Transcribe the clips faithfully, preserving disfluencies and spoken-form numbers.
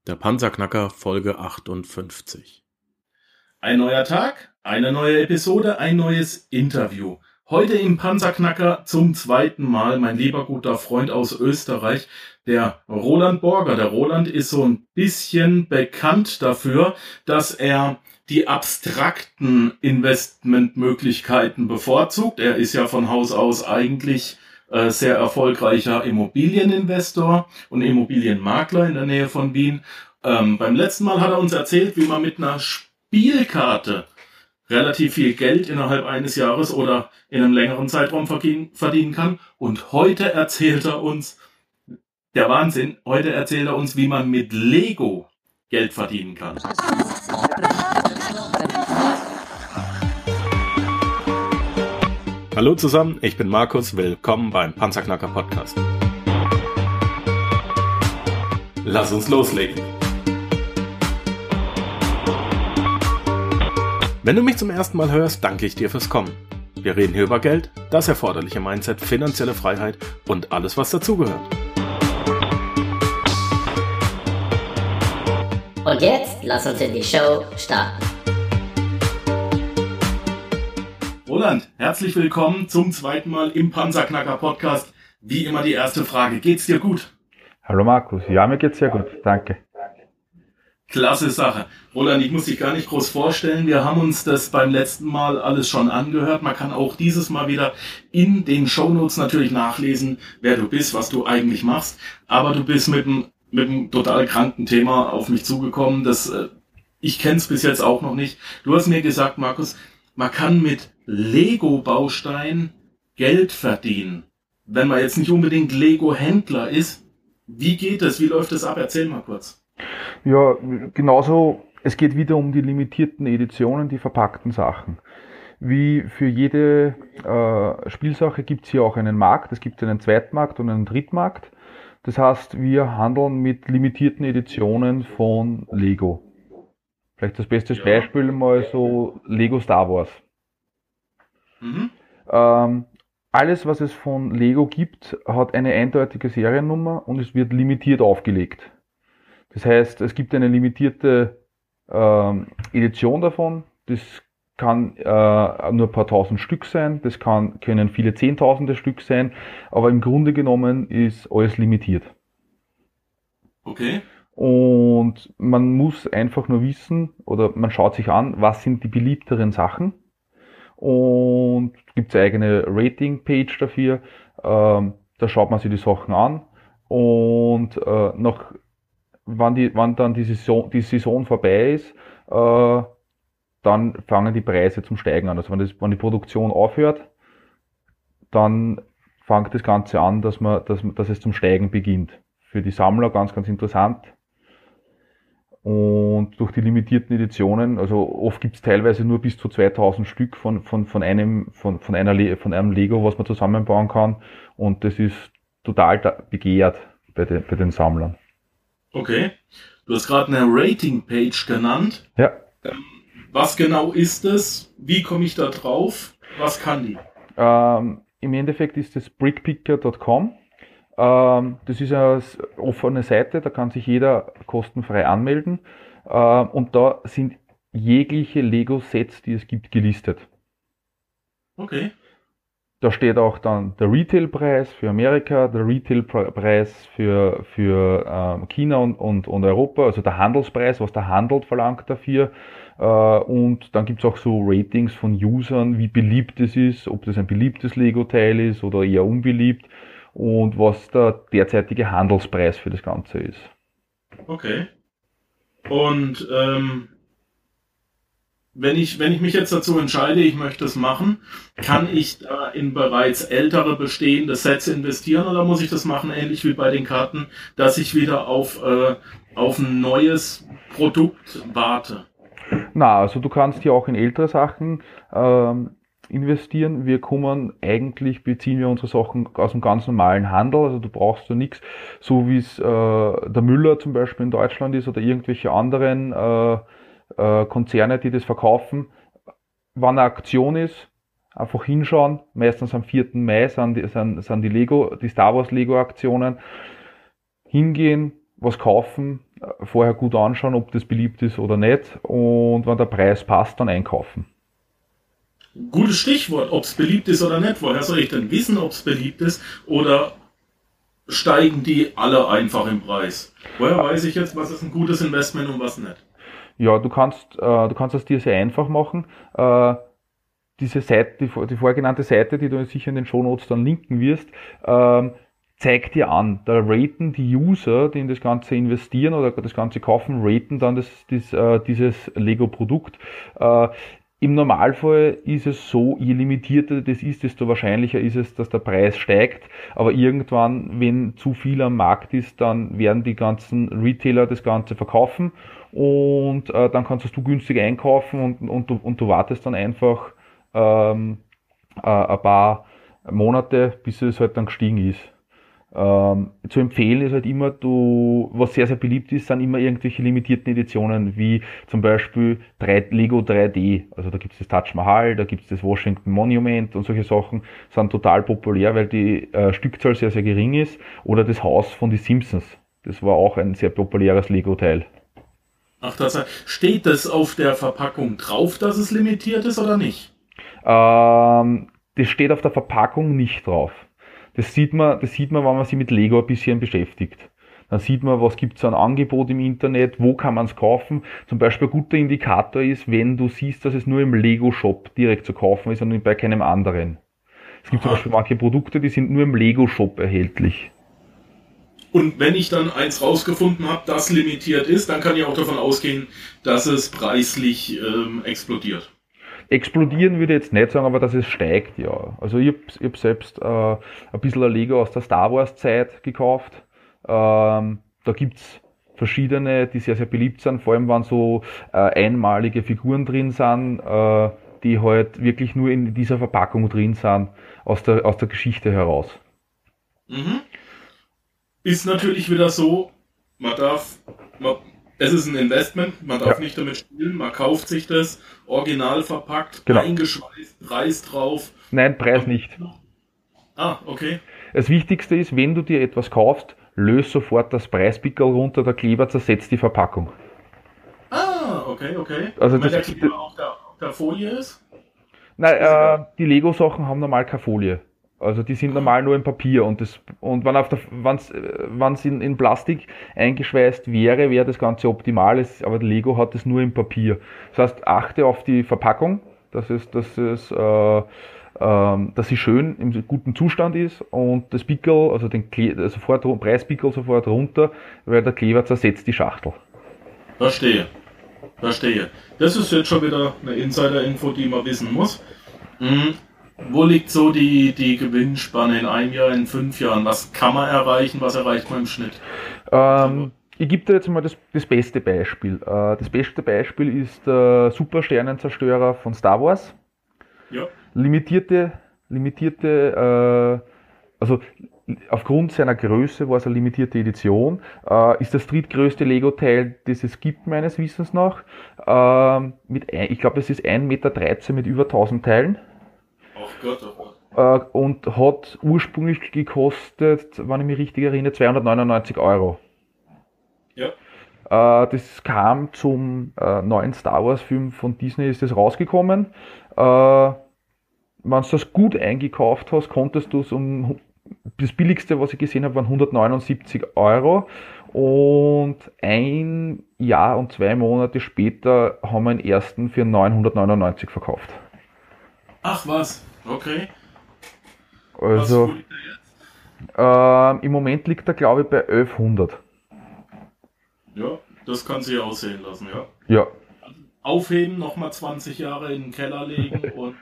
Der Panzerknacker Folge achtundfünfzig. Ein neuer Tag, eine neue Episode, ein neues Interview. Heute im Panzerknacker zum zweiten Mal mein lieber guter Freund aus Österreich, der Roland Borger. Der Roland ist so ein bisschen bekannt dafür, dass er die abstrakten Investmentmöglichkeiten bevorzugt. Er ist ja von Haus aus eigentlich äh, sehr erfolgreicher Immobilieninvestor und Immobilienmakler in der Nähe von Wien. Ähm, beim letzten Mal hat er uns erzählt, wie man mit einer Spielkarte relativ viel Geld innerhalb eines Jahres oder in einem längeren Zeitraum verdienen kann. Und heute erzählt er uns, der Wahnsinn, heute erzählt er uns, wie man mit Lego Geld verdienen kann. Hallo zusammen, ich bin Markus, willkommen beim Panzerknacker Podcast. Lass uns loslegen. Wenn du mich zum ersten Mal hörst, danke ich dir fürs Kommen. Wir reden hier über Geld, das erforderliche Mindset, finanzielle Freiheit und alles, was dazugehört. Und jetzt lass uns in die Show starten. Roland, herzlich willkommen zum zweiten Mal im Panzerknacker Podcast. Wie immer die erste Frage, geht's dir gut? Hallo Markus, ja, mir geht's sehr gut, danke. Klasse Sache. Roland, ich muss dich gar nicht groß vorstellen. Wir haben uns das beim letzten Mal alles schon angehört. Man kann auch dieses Mal wieder in den Shownotes natürlich nachlesen, wer du bist, was du eigentlich machst. Aber du bist mit einem, mit einem total kranken Thema auf mich zugekommen. Das, äh, ich kenne es bis jetzt auch noch nicht. Du hast mir gesagt, Markus, man kann mit Lego-Baustein Geld verdienen. Wenn man jetzt nicht unbedingt Lego-Händler ist, wie geht das? Wie läuft das ab? Erzähl mal kurz. Ja, genauso, es geht wieder um die limitierten Editionen, die verpackten Sachen. Wie für jede äh, Spielsache gibt es hier auch einen Markt. Es gibt einen Zweitmarkt und einen Drittmarkt. Das heißt, wir handeln mit limitierten Editionen von Lego. Vielleicht das beste ja. Beispiel mal so Lego Star Wars. Mhm. Ähm, alles, was es von Lego gibt, hat eine eindeutige Seriennummer und es wird limitiert aufgelegt. Das heißt, es gibt eine limitierte ähm, Edition davon. Das kann äh, nur ein paar tausend Stück sein, das kann, können viele zehntausende Stück sein, aber im Grunde genommen ist alles limitiert. Okay. Und man muss einfach nur wissen, oder man schaut sich an, was sind die beliebteren Sachen. Und gibt es eine eigene Rating-Page dafür. Ähm, da schaut man sich die Sachen an. Und äh, nach, wann, die, wann dann die Saison, die Saison vorbei ist, äh, dann fangen die Preise zum Steigen an. Also wenn, das, wenn die Produktion aufhört, dann fängt das Ganze an, dass, man, dass, dass es zum Steigen beginnt. Für die Sammler ganz, ganz interessant. Und durch die limitierten Editionen, also oft gibt es teilweise nur bis zu zweitausend Stück von, von, von, einem, von, von, einer, von einem Lego, was man zusammenbauen kann. Und das ist total begehrt bei den, bei den Sammlern. Okay. Du hast gerade eine Rating-Page genannt. Ja. Was genau ist das? Wie komme ich da drauf? Was kann die? Ähm, Im Endeffekt ist das brickpicker punkt com. Das ist eine offene Seite, da kann sich jeder kostenfrei anmelden und da sind jegliche Lego-Sets, die es gibt, gelistet. Okay. Da steht auch dann der Retailpreis für Amerika, der Retailpreis für, für China und, und, und Europa, also der Handelspreis, was der Handel verlangt dafür. Und dann gibt es auch so Ratings von Usern, wie beliebt es ist, ob das ein beliebtes Lego-Teil ist oder eher unbeliebt. Und was der derzeitige Handelspreis für das Ganze ist. Okay. Und ähm, wenn ich wenn ich mich jetzt dazu entscheide, ich möchte es machen, kann ich da in bereits ältere bestehende Sets investieren oder muss ich das machen, ähnlich wie bei den Karten, dass ich wieder auf, äh, auf ein neues Produkt warte? Na, also du kannst hier auch in ältere Sachen ähm, investieren. Wir kommen eigentlich, beziehen wir unsere Sachen aus dem ganz normalen Handel, also du brauchst da nichts, so wie es äh, der Müller zum Beispiel in Deutschland ist oder irgendwelche anderen äh, äh, Konzerne, die das verkaufen. Wann eine Aktion ist, einfach hinschauen, meistens am vierten Mai sind die, sind, sind die Lego, die Star Wars Lego Aktionen, hingehen, was kaufen, vorher gut anschauen, ob das beliebt ist oder nicht und wenn der Preis passt, dann einkaufen. Gutes Stichwort, ob es beliebt ist oder nicht. Woher soll ich denn wissen, ob es beliebt ist oder steigen die alle einfach im Preis? Woher weiß ich jetzt, was ist ein gutes Investment und was nicht? Ja, du kannst, äh, du kannst es dir sehr einfach machen. Äh, diese Seite, die, die vorgenannte Seite, die du sicher in den Shownotes dann linken wirst, ähm, zeigt dir an. Da raten die User, die in das Ganze investieren oder das Ganze kaufen, raten dann das, das, äh, dieses Lego-Produkt. Äh, Im Normalfall ist es so, je limitierter das ist, desto wahrscheinlicher ist es, dass der Preis steigt. Aber irgendwann, wenn zu viel am Markt ist, dann werden die ganzen Retailer das Ganze verkaufen und äh, dann kannst du günstig einkaufen und, und, du, und du wartest dann einfach ähm, äh, ein paar Monate, bis es halt dann gestiegen ist. Ähm, zu empfehlen ist halt immer, du, was sehr, sehr beliebt ist, sind immer irgendwelche limitierten Editionen, wie zum Beispiel drei, Lego drei D. Also da gibt es das Taj Mahal, da gibt es das Washington Monument und solche Sachen sind total populär, weil die äh, Stückzahl sehr, sehr gering ist. Oder das Haus von die Simpsons. Das war auch ein sehr populäres Lego-Teil. Ach, das heißt, steht das auf der Verpackung drauf, dass es limitiert ist oder nicht? Ähm, das steht auf der Verpackung nicht drauf. Das sieht man, das sieht man, wenn man sich mit Lego ein bisschen beschäftigt. Dann sieht man, was gibt es an Angebot im Internet, wo kann man es kaufen. Zum Beispiel ein guter Indikator ist, wenn du siehst, dass es nur im Lego-Shop direkt zu kaufen ist und bei keinem anderen. Es gibt Aha. zum Beispiel manche Produkte, die sind nur im Lego-Shop erhältlich. Und wenn ich dann eins rausgefunden habe, das limitiert ist, dann kann ich auch davon ausgehen, dass es preislich ähm, explodiert. Explodieren würde ich jetzt nicht sagen, aber dass es steigt, ja. Also ich habe hab selbst äh, ein bisschen ein Lego aus der Star Wars Zeit gekauft. Ähm, da gibt's verschiedene, die sehr, sehr beliebt sind, vor allem wenn so äh, einmalige Figuren drin sind, äh, die halt wirklich nur in dieser Verpackung drin sind, aus der, aus der Geschichte heraus. Mhm. Ist natürlich wieder so, man darf... Man Es ist ein Investment, man darf ja. nicht damit spielen, man kauft sich das, original verpackt, genau. eingeschweißt, Preis drauf. Nein, Preis nicht. Ah, okay. Das Wichtigste ist, wenn du dir etwas kaufst, löse sofort das Preispickel runter, der Kleber zersetzt die Verpackung. Ah, okay, okay. Also Und wenn das, der Kleber auf der, auf der Folie ist? Nein, äh, die Lego-Sachen haben normal keine Folie. Also die sind normal nur im Papier und das und wenn auf der wenn's, wenn's in, in Plastik eingeschweißt wäre, wäre das Ganze optimal, ist, aber Lego hat es nur im Papier. Das heißt, achte auf die Verpackung, dass es, dass es äh, äh, dass sie schön im guten Zustand ist und das Pickel, also den Kle- sofort Preispickel sofort runter, weil der Kleber zersetzt die Schachtel. Verstehe. Verstehe. Das ist jetzt schon wieder eine Insider-Info, die man wissen muss. Mhm. Wo liegt so die, die Gewinnspanne in einem Jahr, in fünf Jahren? Was kann man erreichen? Was erreicht man im Schnitt? Ähm, ich gebe dir jetzt mal das, das beste Beispiel. Äh, das beste Beispiel ist der Supersternenzerstörer von Star Wars. Ja. Limitierte, limitierte, äh, also aufgrund seiner Größe war es eine limitierte Edition. Äh, ist das drittgrößte Lego-Teil, das es gibt, meines Wissens nach. Äh, mit ein, ich glaube, es ist ein Meter dreizehn mit über tausend Teilen. Oh Gott, oh Gott. Äh, und hat ursprünglich gekostet, wenn ich mich richtig erinnere, zweihundertneunundneunzig Euro. Ja. Äh, das kam zum äh, neuen Star Wars Film von Disney, ist das rausgekommen. Äh, wenn du das gut eingekauft hast, konntest du es um, das billigste, was ich gesehen habe, waren hundertneunundsiebzig Euro. Und ein Jahr und zwei Monate später haben wir den ersten für neunhundertneunundneunzig verkauft. Ach was, okay. Also, was liegt er jetzt? Äh, im Moment liegt er, glaube ich, bei elfhundert. Ja, das kann sich aussehen lassen, ja. Ja. Aufheben, nochmal zwanzig Jahre in den Keller legen und...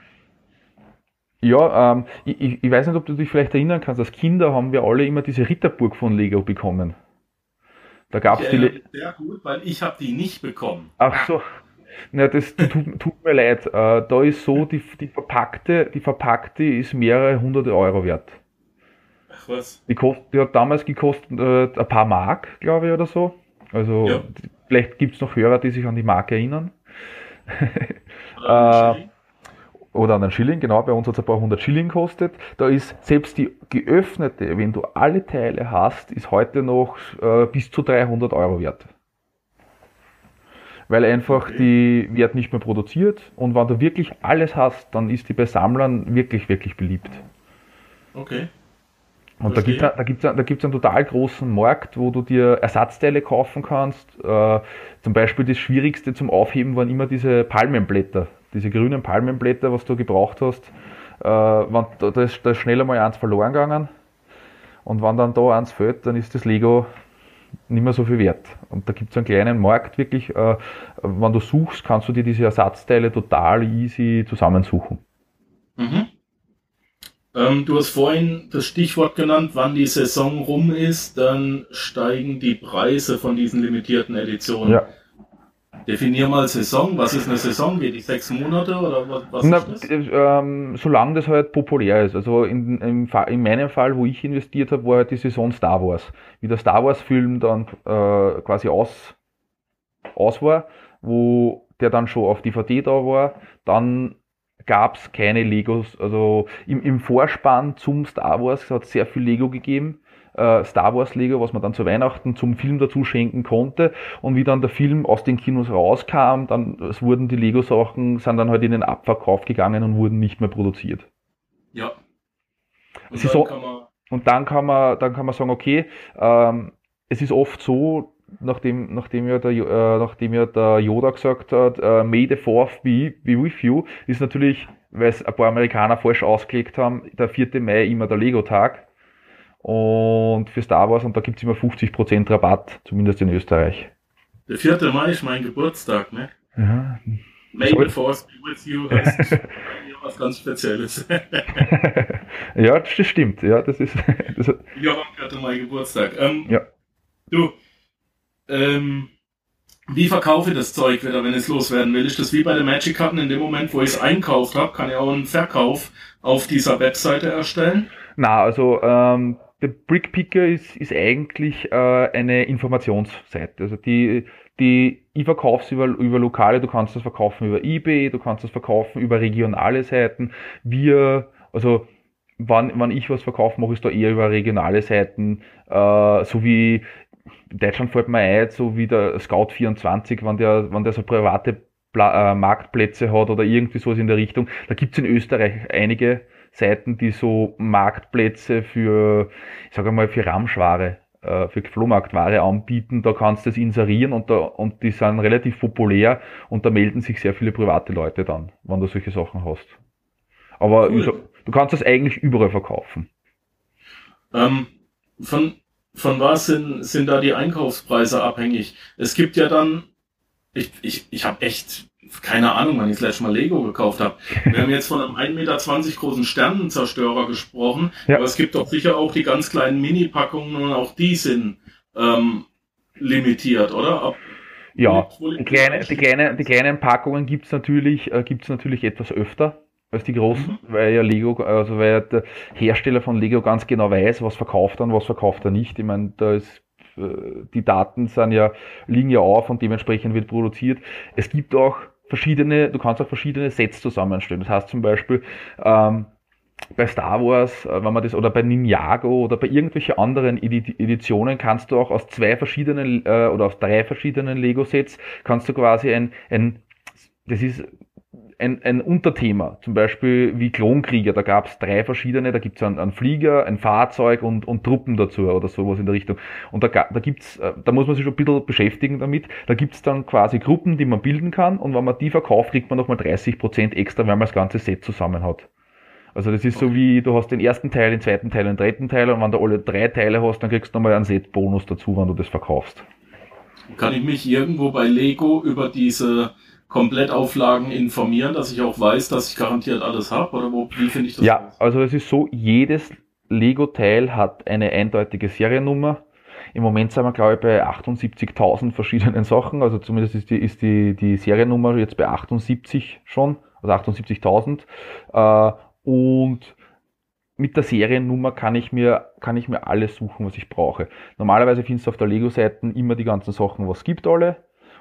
Ja, ähm, ich, ich weiß nicht, ob du dich vielleicht erinnern kannst, als Kinder haben wir alle immer diese Ritterburg von Lego bekommen. Da gab's die Le- sehr gut, weil ich habe die nicht bekommen. Ach so. Na, das tut, tut mir leid. Äh, da ist so, die, die verpackte, die verpackte ist mehrere hundert Euro wert. Ach was? Die, kost, die hat damals gekostet äh, ein paar Mark, glaube ich, oder so. Also ja. Vielleicht gibt es noch Hörer, die sich an die Mark erinnern. äh, oder einen Schilling, genau, bei uns hat es ein paar hundert Schilling gekostet. Da ist selbst die geöffnete, wenn du alle Teile hast, ist heute noch äh, bis zu dreihundert Euro wert. Weil einfach Okay. die wird nicht mehr produziert und wenn du wirklich alles hast, dann ist die bei Sammlern wirklich, wirklich beliebt. Okay. Und da gibt es Verstehe. da gibt's, da gibt's einen total großen Markt, wo du dir Ersatzteile kaufen kannst. Äh, zum Beispiel das Schwierigste zum Aufheben waren immer diese Palmenblätter, diese grünen Palmenblätter, was du gebraucht hast. Äh, wenn, da, da, ist, da ist schnell einmal eins verloren gegangen und wenn dann da eins fällt, dann ist das Lego nicht mehr so viel wert. Und da gibt es einen kleinen Markt wirklich, äh, wenn du suchst, kannst du dir diese Ersatzteile total easy zusammensuchen. Mhm. Ähm, du hast vorhin das Stichwort genannt, wann die Saison rum ist, dann steigen die Preise von diesen limitierten Editionen. Ja. Definier mal Saison. Was ist eine Saison? Geht die sechs Monate oder was, was Na, ist das? äh, ähm, solange das halt populär ist. Also in, im Fa- in meinem Fall, wo ich investiert habe, war halt die Saison Star Wars. Wie der Star Wars Film dann äh, quasi aus, aus war, wo der dann schon auf D V D da war, dann gab es keine Legos. Also im, im Vorspann zum Star Wars hat es sehr viel Lego gegeben. Äh, Star Wars Lego, was man dann zu Weihnachten zum Film dazu schenken konnte. Und wie dann der Film aus den Kinos rauskam, dann es wurden die Lego-Sachen, sind dann halt in den Abverkauf gegangen und wurden nicht mehr produziert. Ja. Und Es ist dann so, kann man. und dann kann man, dann kann man sagen, okay, ähm, es ist oft so, nachdem, nachdem, ja der, äh, nachdem ja der Yoda gesagt hat, äh, May the Fourth be, be with you, ist natürlich, weil es ein paar Amerikaner falsch ausgelegt haben, der vierte Mai immer der Lego-Tag. Und für Star Wars, und da gibt es immer fünfzig Prozent Rabatt, zumindest in Österreich. Der vierte Mai ist mein Geburtstag, ne? Ja. May Soll- the Force be with you heißt ja was ganz Spezielles. Ja, das stimmt. Ja, das ist, das, Ja, am vierten Mai Geburtstag. Ähm, Ja. Du, ähm, wie verkaufe ich das Zeug wieder, wenn ich es loswerden will? Ist das wie bei den Magic-Karten? In dem Moment, wo ich es einkauft habe, kann ich auch einen Verkauf auf dieser Webseite erstellen? na, also ähm, der Brickpicker ist, ist eigentlich äh, eine Informationsseite. Also die, die ich verkaufe es über, über lokale, du kannst das verkaufen über eBay, du kannst das verkaufen über regionale Seiten. Wir, also wann, wann ich was verkaufe, mache ich es da eher über regionale Seiten, äh, so wie in Deutschland fällt mir ein, so wie der Scout vierundzwanzig, wenn der, wenn der so private Pla äh, Marktplätze hat oder irgendwie sowas in der Richtung. Da gibt es in Österreich einige Seiten, die so Marktplätze für, ich sage mal, für Ramschware, äh, für Flohmarktware anbieten. Da kannst du das inserieren und, da, und die sind relativ populär und da melden sich sehr viele private Leute dann, wenn du solche Sachen hast. Aber Cool. ich sag, du kannst das eigentlich überall verkaufen. Ähm, von, von was sind, sind da die Einkaufspreise abhängig? Es gibt ja dann, ich, ich, ich habe echt keine Ahnung, wann ich das letzte Mal Lego gekauft habe. Wir haben jetzt von einem ein Meter zwanzig großen Sternenzerstörer gesprochen, Ja. aber es gibt doch sicher auch die ganz kleinen Mini-Packungen und auch die sind ähm, limitiert, oder? Ab, Ja, wo liegt- wo die, liegt kleine, der die, kleine, die kleinen Packungen gibt's natürlich, äh, gibt's natürlich etwas öfter als die großen, weil ja Lego, also weil ja der Hersteller von Lego ganz genau weiß, was verkauft er und was verkauft er nicht. Ich meine, da ist, äh, die Daten sind ja, liegen ja auf und dementsprechend wird produziert. Es gibt auch verschiedene, du kannst auch verschiedene Sets zusammenstellen. Das heißt zum Beispiel, ähm, bei Star Wars, äh, wenn man das, oder bei Ninjago oder bei irgendwelchen anderen Edi- Editionen kannst du auch aus zwei verschiedenen äh, oder aus drei verschiedenen Lego-Sets kannst du quasi ein, ein das ist ein, ein Unterthema, zum Beispiel wie Klonkrieger, da gab es drei verschiedene, da gibt es einen, einen Flieger, ein Fahrzeug und, und Truppen dazu oder sowas in der Richtung. Und da, ga- da gibt's, äh, da muss man sich schon ein bisschen beschäftigen damit. Da gibt es dann quasi Gruppen, die man bilden kann und wenn man die verkauft, kriegt man nochmal dreißig Prozent extra, weil man das ganze Set zusammen hat. Also das ist so wie, du hast den ersten Teil, den zweiten Teil, den dritten Teil und wenn du alle drei Teile hast, dann kriegst du nochmal einen Set-Bonus dazu, wenn du das verkaufst. Kann ich mich irgendwo bei Lego über diese Komplettauflagen informieren, dass ich auch weiß, dass ich garantiert alles habe? Oder wo, wie finde ich das Ja, raus? also es ist so, jedes Lego-Teil hat eine eindeutige Seriennummer. Im Moment sind wir, glaube ich, bei achtundsiebzigtausend verschiedenen Sachen. Also zumindest ist die, ist die, die Seriennummer jetzt bei achtundsiebzig schon, also achtundsiebzigtausend. Äh, und mit der Seriennummer kann ich mir, kann ich mir alles suchen, was ich brauche. Normalerweise findest du auf der Lego-Seite immer die ganzen Sachen, was es gibt alle.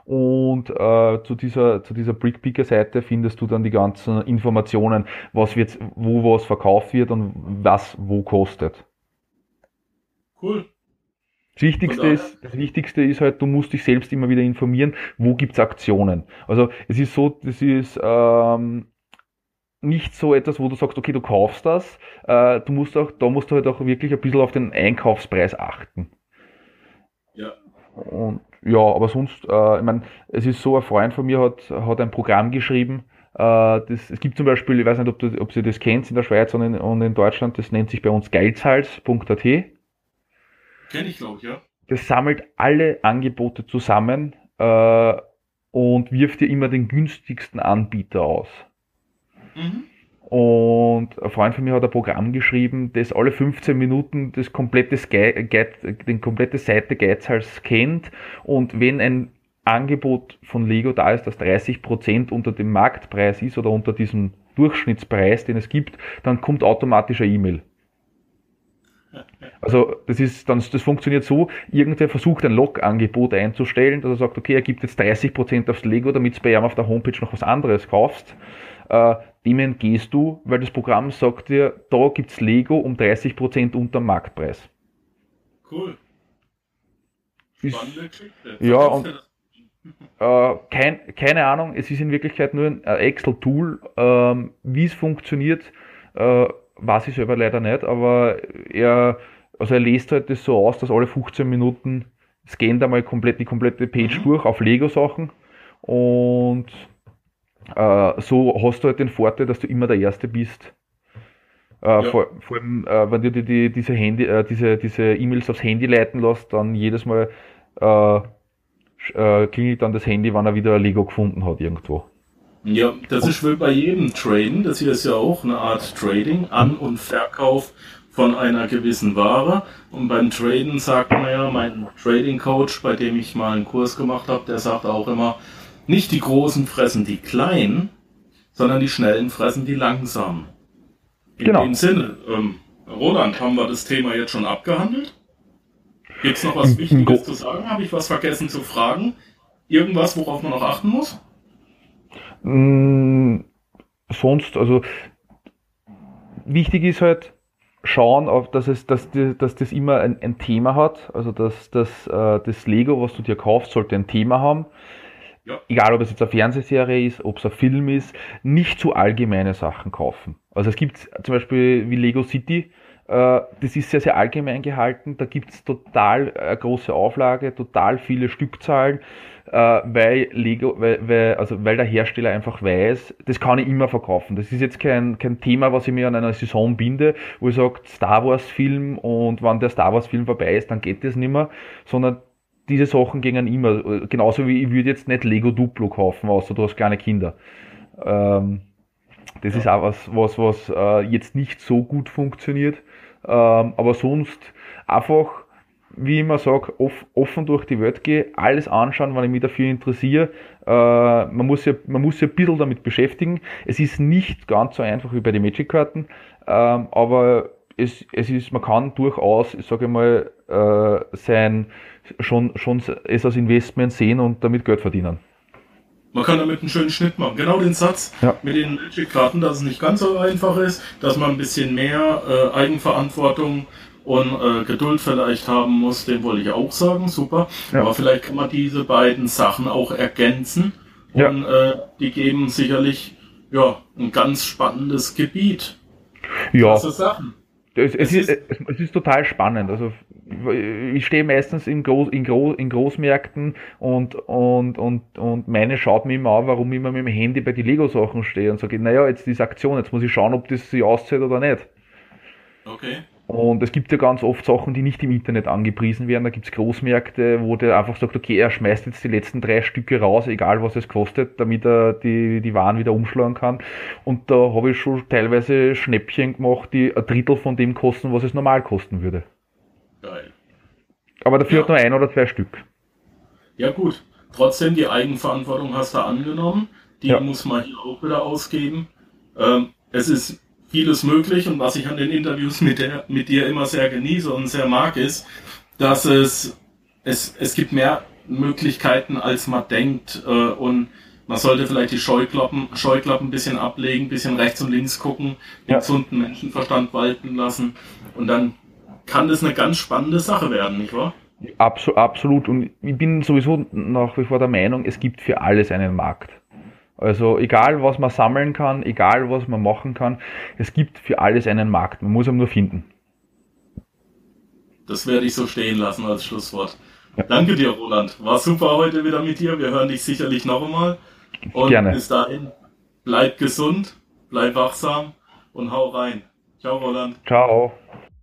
und äh, zu dieser zu dieser Brickpicker-Seite findest du dann die ganzen Informationen, was wird, wo was verkauft wird und was wo kostet. Cool. Das Wichtigste ist, das Wichtigste ist halt, du musst dich selbst immer wieder informieren, wo gibt's Aktionen. Also es ist so, das ist ähm, nicht so etwas, wo du sagst, okay, du kaufst das, äh, du musst auch, da musst du halt auch wirklich ein bisschen auf den Einkaufspreis achten. Ja. Und ja, aber sonst, äh, ich meine, es ist so, ein Freund von mir hat, hat ein Programm geschrieben, äh, das, es gibt zum Beispiel, ich weiß nicht, ob du, ob Sie das kennt in der Schweiz und in, und in Deutschland, das nennt sich bei uns geizhals punkt a t. Kenn ich, glaube ich, ja. Das sammelt alle Angebote zusammen äh, und wirft dir immer den günstigsten Anbieter aus. Mhm. Und ein Freund von mir hat ein Programm geschrieben, das alle fünfzehn Minuten das komplette Sky, Guide, den komplette Seite Geizhals scannt, und wenn ein Angebot von Lego da ist, das dreißig Prozent unter dem Marktpreis ist oder unter diesem Durchschnittspreis, den es gibt, dann kommt automatisch eine E-Mail. Also das ist dann, das funktioniert so, irgendwer versucht ein Log-Angebot einzustellen, dass er sagt, okay, er gibt jetzt dreißig Prozent aufs Lego, damit du bei ihm auf der Homepage noch was anderes kaufst. Äh, dem entgehst du, weil das Programm sagt dir, da gibt's Lego um dreißig Prozent unter dem Marktpreis. Cool. Spannende Geschichte. Ja, und äh, kein, keine Ahnung, es ist in Wirklichkeit nur ein Excel-Tool, ähm, wie es funktioniert, äh, weiß ich selber leider nicht, aber er, also er lässt halt das so aus, dass alle fünfzehn Minuten scannt einmal komplett die komplette Page mhm. durch auf Lego-Sachen, und äh, so hast du halt den Vorteil, dass du immer der Erste bist. Äh, ja. vor, vor allem, äh, wenn du dir die, diese Handy, äh, diese, diese E-Mails aufs Handy leiten lässt, dann jedes Mal äh, äh, klingelt dann das Handy, wenn er wieder ein Lego gefunden hat irgendwo. Ja, das ist wohl bei jedem Traden, das hier ist ja auch eine Art Trading, An- und Verkauf von einer gewissen Ware. Und beim Traden sagt man ja, mein Trading Coach, bei dem ich mal einen Kurs gemacht habe, der sagt auch immer, nicht die Großen fressen die Kleinen, sondern die Schnellen fressen die Langsamen. In genau. dem Sinne, ähm, Roland, haben wir das Thema jetzt schon abgehandelt? Gibt es noch was Wichtiges zu sagen? Habe ich was vergessen zu fragen? Irgendwas, worauf man noch achten muss? Mm, sonst, also wichtig ist halt schauen, auf, dass es, dass, die, dass das immer ein, ein Thema hat. Also dass, dass äh, das Lego, was du dir kaufst, sollte ein Thema haben. Ja. Egal, ob es jetzt eine Fernsehserie ist, ob es ein Film ist, nicht zu allgemeine Sachen kaufen. Also es gibt zum Beispiel wie Lego City, äh, das ist sehr, sehr allgemein gehalten, da gibt es total äh, große Auflage, total viele Stückzahlen, äh, weil Lego, weil, weil, also weil der Hersteller einfach weiß, das kann ich immer verkaufen. Das ist jetzt kein, kein Thema, was ich mir an einer Saison binde, wo ich sage, Star Wars Film, und wenn der Star Wars Film vorbei ist, dann geht das nicht mehr, sondern diese Sachen gingen immer, genauso wie ich würde jetzt nicht Lego Duplo kaufen, außer du hast kleine Kinder. Ähm, das ja. ist auch was, was, was äh, jetzt nicht so gut funktioniert, ähm, aber sonst einfach, wie ich immer sage, off, offen durch die Welt gehen, alles anschauen, wenn ich mich dafür interessiere. Äh, man muss ja, man muss ja ein bisschen damit beschäftigen. Es ist nicht ganz so einfach wie bei den Magic-Karten, ähm, aber es, es ist, man kann durchaus, ich sage mal, äh, sein schon, schon es als Investment sehen und damit Geld verdienen. Man kann damit einen schönen Schnitt machen. Genau den Satz ja. mit den Magic-Karten, dass es nicht ganz so einfach ist, dass man ein bisschen mehr äh, Eigenverantwortung und äh, Geduld vielleicht haben muss, den wollte ich auch sagen, super. Ja. Aber vielleicht kann man diese beiden Sachen auch ergänzen und ja. äh, die geben sicherlich ja, ein ganz spannendes Gebiet. Ja. Klasse Sachen. Es, es, ist, ist, es ist total spannend. Also ich stehe meistens in, Groß, in, Groß, in Großmärkten und, und, und, und meine schaut mir immer an, warum ich immer mit dem Handy bei den Lego-Sachen stehe und sage, naja, jetzt ist Aktion, jetzt muss ich schauen, ob das sich auszahlt oder nicht. Okay. Und es gibt ja ganz oft Sachen, die nicht im Internet angepriesen werden. Da gibt es Großmärkte, wo der einfach sagt, okay, er schmeißt jetzt die letzten drei Stücke raus, egal was es kostet, damit er die, die Waren wieder umschlagen kann. Und da habe ich schon teilweise Schnäppchen gemacht, die ein Drittel von dem kosten, was es normal kosten würde. Geil. Aber dafür ja. hat nur ein oder zwei Stück. Ja gut, trotzdem die Eigenverantwortung hast du angenommen. Die ja. muss man hier auch wieder ausgeben. Ähm, es ist vieles möglich, und was ich an den Interviews mit, der, mit dir immer sehr genieße und sehr mag, ist, dass es, es, es gibt mehr Möglichkeiten, als man denkt, äh, und man sollte vielleicht die Scheuklappen, Scheuklappen ein bisschen ablegen, ein bisschen rechts und links gucken, den Ja. gesunden Menschenverstand walten lassen, und dann kann das eine ganz spannende Sache werden, nicht wahr? Abso- absolut. Und ich bin sowieso nach wie vor der Meinung, es gibt für alles einen Markt. Also egal, was man sammeln kann, egal, was man machen kann, es gibt für alles einen Markt. Man muss ihn nur finden. Das werde ich so stehen lassen als Schlusswort. Danke dir, Roland. War super heute wieder mit dir. Wir hören dich sicherlich noch einmal. Und Gerne. bis dahin, bleib gesund, bleib wachsam und hau rein. Ciao, Roland. Ciao.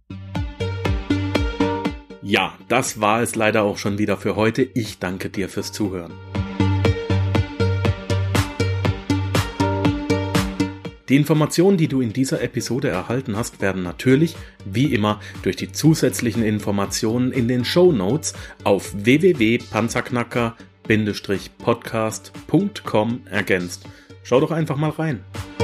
Ja, das war es leider auch schon wieder für heute. Ich danke dir fürs Zuhören. Die Informationen, die du in dieser Episode erhalten hast, werden natürlich, wie immer, durch die zusätzlichen Informationen in den Shownotes auf w w w punkt panzerknacker Bindestrich podcast punkt com ergänzt. Schau doch einfach mal rein.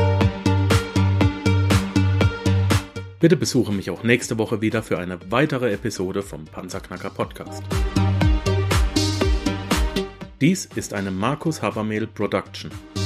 Bitte besuche mich auch nächste Woche wieder für eine weitere Episode vom Panzerknacker Podcast. Dies ist eine Markus Habermehl Production.